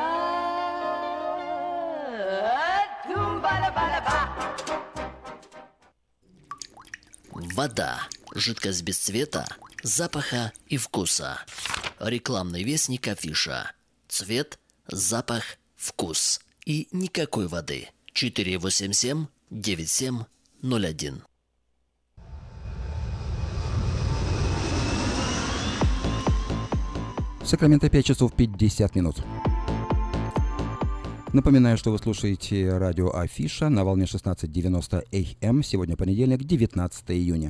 tum, balabala. Вода – жидкость без цвета, запаха и вкуса. Рекламный вестник Афиша. Цвет, запах, вкус. И никакой воды. четыре восемь семь девять семь ноль один. Сакраменто пять часов пятьдесят минут. Напоминаю, что вы слушаете радио Афиша на волне шестнадцать девяносто эй эм. Сегодня понедельник, девятнадцатое июня.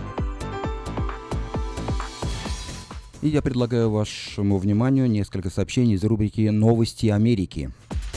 И я предлагаю вашему вниманию несколько сообщений из рубрики «Новости Америки».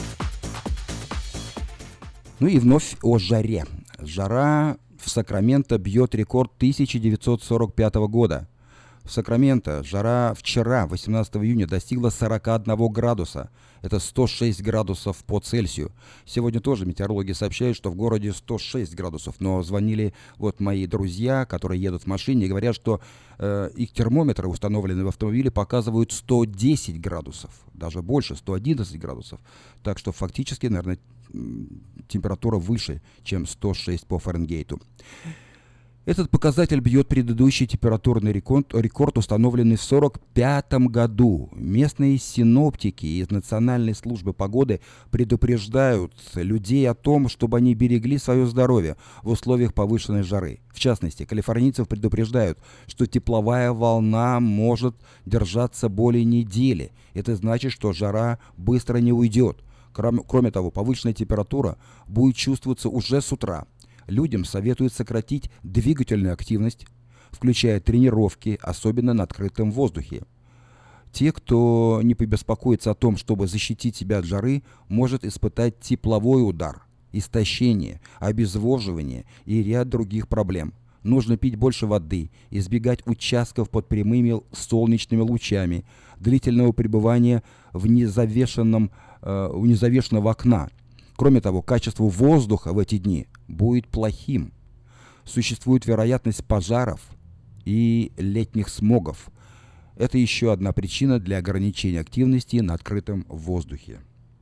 Ну и вновь о жаре. Жара в Сакраменто бьет рекорд тысяча девятьсот сорок пятого года. В Сакраменто жара вчера, восемнадцатого июня, достигла сорок один градуса. Это сто шесть градусов по Цельсию. Сегодня тоже метеорологи сообщают, что в городе сто шесть градусов. Но звонили вот мои друзья, которые едут в машине, и говорят, что э, их термометры, установленные в автомобиле, показывают сто десять градусов. Даже больше, сто одиннадцать градусов. Так что фактически, наверное, температура выше, чем сто шесть по Фаренгейту. Этот показатель бьет предыдущий температурный рекорд, рекорд, установленный в сорок пятом году. Местные синоптики из Национальной службы погоды предупреждают людей о том, чтобы они берегли свое здоровье в условиях повышенной жары. В частности, калифорнийцев предупреждают, что тепловая волна может держаться более недели. Это значит, что жара быстро не уйдет. Кроме, кроме того, повышенная температура будет чувствоваться уже с утра. Людям советуют сократить двигательную активность, включая тренировки, особенно на открытом воздухе. Те, кто не побеспокоится о том, чтобы защитить себя от жары, может испытать тепловой удар, истощение, обезвоживание и ряд других проблем. Нужно пить больше воды, избегать участков под прямыми солнечными лучами, длительного пребывания в незавешенном, э, у незавешенного окна. Кроме того, качество воздуха в эти дни будет плохим. Существует вероятность пожаров и летних смогов. Это еще одна причина для ограничения активности на открытом воздухе.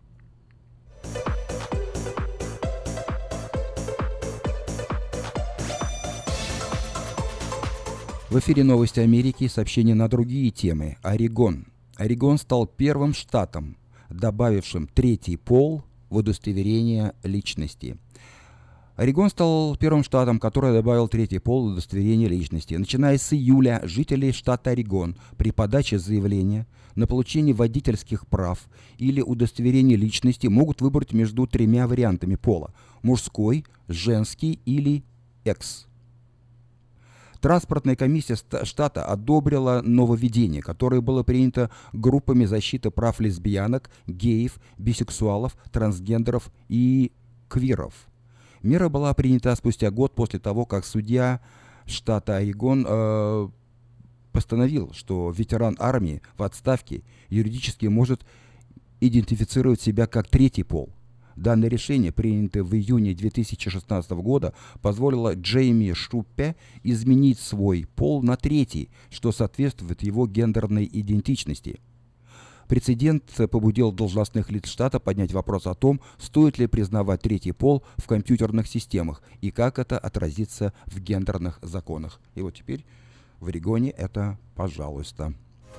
В эфире «Новости Америки» сообщения на другие темы. Орегон. Орегон стал первым штатом, добавившим третий пол в удостоверение личности. Орегон стал первым штатом, который добавил третий пол в удостоверение личности. Начиная с июля жители штата Орегон при подаче заявления на получение водительских прав или удостоверения личности могут выбрать между тремя вариантами пола – мужской, женский или экс. Транспортная комиссия штата одобрила нововведение, которое было принято группами защиты прав лесбиянок, геев, бисексуалов, трансгендеров и квиров. Мера была принята спустя год после того, как судья штата Орегон э, постановил, что ветеран армии в отставке юридически может идентифицировать себя как третий пол. Данное решение, принятое в июне две тысячи шестнадцатого года, позволило Джейми Шуппе изменить свой пол на третий, что соответствует его гендерной идентичности. Прецедент побудил должностных лиц штата поднять вопрос о том, стоит ли признавать третий пол в компьютерных системах и как это отразится в гендерных законах. И вот теперь в Орегоне это пожалуйста.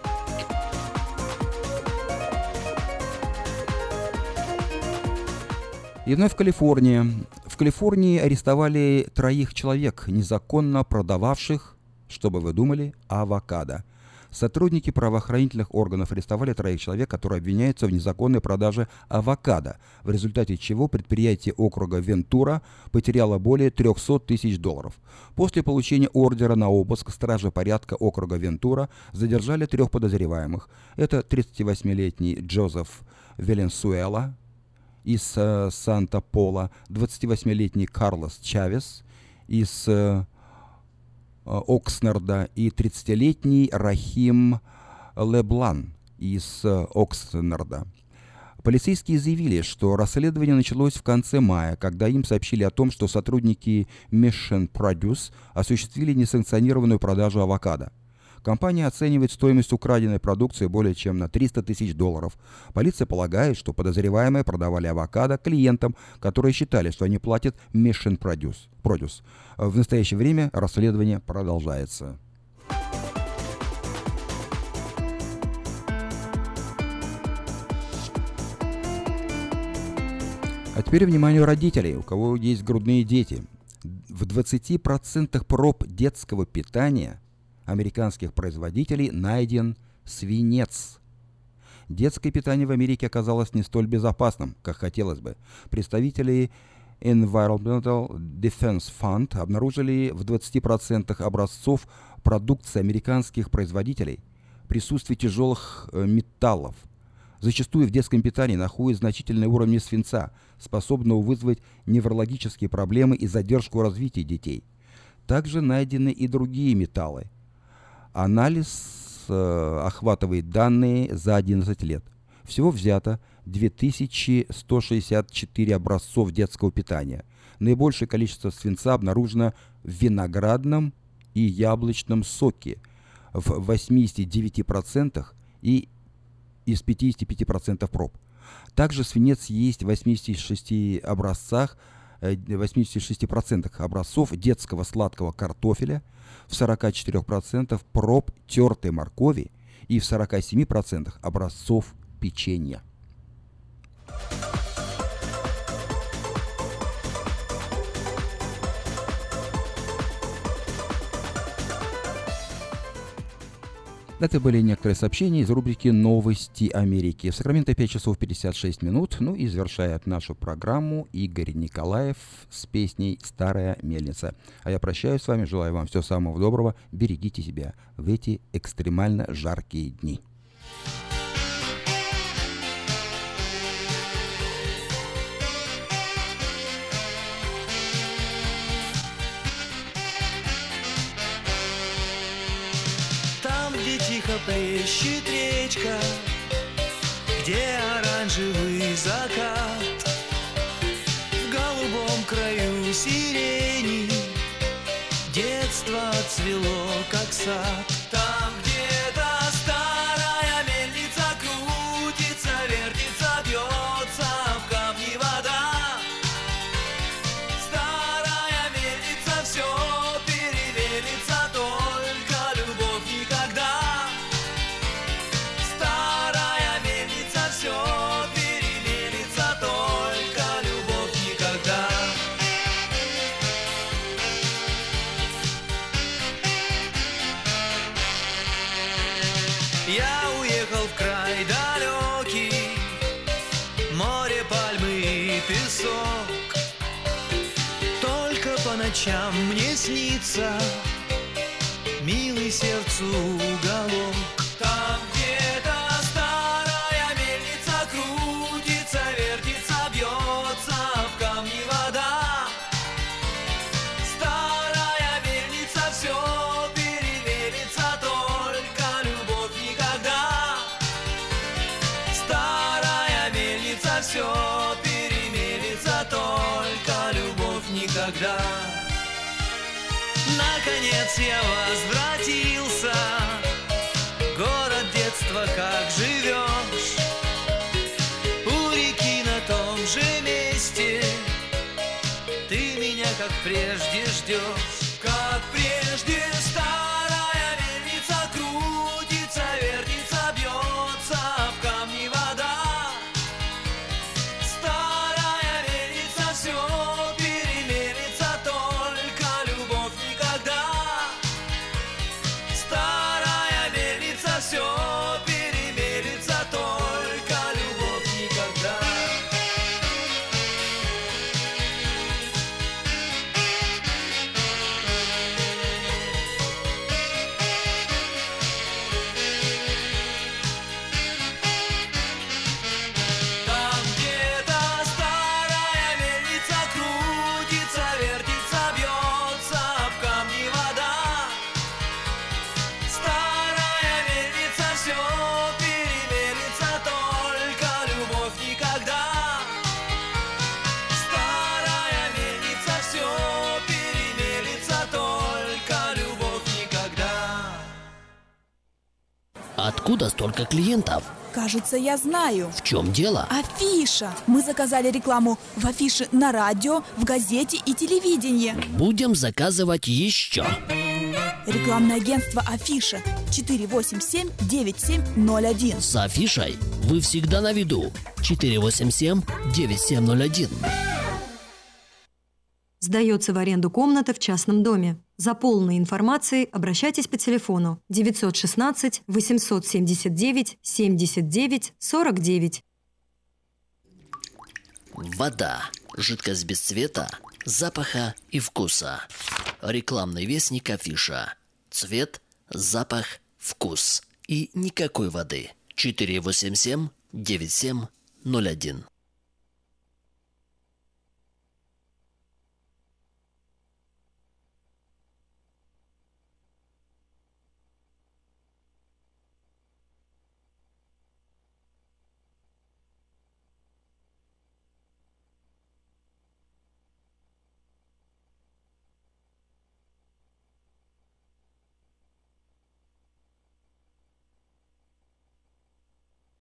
И вновь в Калифорнии. В Калифорнии арестовали троих человек, незаконно продававших, что бы вы думали, авокадо. Сотрудники правоохранительных органов арестовали троих человек, которые обвиняются в незаконной продаже авокадо, в результате чего предприятие округа Вентура потеряло более триста тысяч долларов. После получения ордера на обыск стражи порядка округа Вентура задержали трех подозреваемых. Это тридцативосьмилетний Джозеф Валенсуэла из э, Санта-Пола, двадцативосьмилетний Карлос Чавес из э, Окснарда и тридцатилетний Рахим Леблан из Окснарда. Полицейские заявили, что расследование началось в конце мая, когда им сообщили о том, что сотрудники Mission Produce осуществили несанкционированную продажу авокадо. Компания оценивает стоимость украденной продукции более чем на триста тысяч долларов. Полиция полагает, что подозреваемые продавали авокадо клиентам, которые считали, что они платят Mission Produce. Produce. В настоящее время расследование продолжается. А теперь внимание родителей, у кого есть грудные дети. В двадцати процентах проб детского питания американских производителей найден свинец. Детское питание в Америке оказалось не столь безопасным, как хотелось бы. Представители Environmental Defense Fund обнаружили в двадцати процентах образцов продукции американских производителей присутствие тяжелых э, металлов. Зачастую в детском питании находят значительные уровни свинца, способного вызвать неврологические проблемы и задержку развития детей. Также найдены и другие металлы. Анализ э, охватывает данные за одиннадцать лет. Всего взято две тысячи сто шестьдесят четыре образцов детского питания. Наибольшее количество свинца обнаружено в виноградном и яблочном соке в восьмидесяти девяти процентах и из пятидесяти пяти процентов проб. Также свинец есть в восьмидесяти шести образцах, восьмидесяти шести процентах образцов детского сладкого картофеля, в сорока четырёх процентах проб тертой моркови и в сорока семи процентах образцов печенья. Это были некоторые сообщения из рубрики «Новости Америки». В Сакраменто пять часов пятьдесят шесть минут. Ну и завершает нашу программу Игорь Николаев с песней «Старая мельница». А я прощаюсь с вами, желаю вам всего самого доброго. Берегите себя в эти экстремально жаркие дни. Тихо плещет речка, где оранжевый закат, в голубом краю сирени детство цвело, как сад. Там где-то старая мельница крутится, вертится, бьется в камни вода. Старая мельница все перевернется, только любовь никогда. Все переменится, только любовь никогда. ночам мне снится милый сердцу уголок. Там где-то старая мельница крутится, вертится, бьется в камни вода. Старая мельница все перемелится, только любовь никогда. Старая мельница все перемелится, только любовь никогда. Наконец я возвратился, город детства, как живешь. У реки на том же месте ты меня, как прежде, ждешь. Как прежде старая мельница крутится, вертится, бьется в камни вода. Старая мельница все перемелится, только любовь никогда. Старая мельница все перемелится, только любовь никогда. Там где-то старая мельница крутится, вертится, бьется в камни вода. Старая мельница все перемелится, только любовь никогда. Старая мельница все перемелится, только любовь никогда. Откуда столько клиентов? Кажется, я знаю. В чем дело? Афиша. Мы заказали рекламу в афише на радио, в газете и телевидении. Будем заказывать еще. Рекламное агентство Афиша четыре восемь семь девять семь ноль один. С афишей вы всегда на виду. четыре восемь семь девять семь ноль один. Сдается в аренду комната в частном доме. За полной информацией обращайтесь по телефону девятьсот шестнадцать восемьсот семьдесят девять семьдесят девять сорок девять. Вода. Жидкость без цвета, запаха и вкуса. Рекламный вестник Афиша. Цвет, запах, вкус. И никакой воды. четыре восемь семь девять семь ноль один.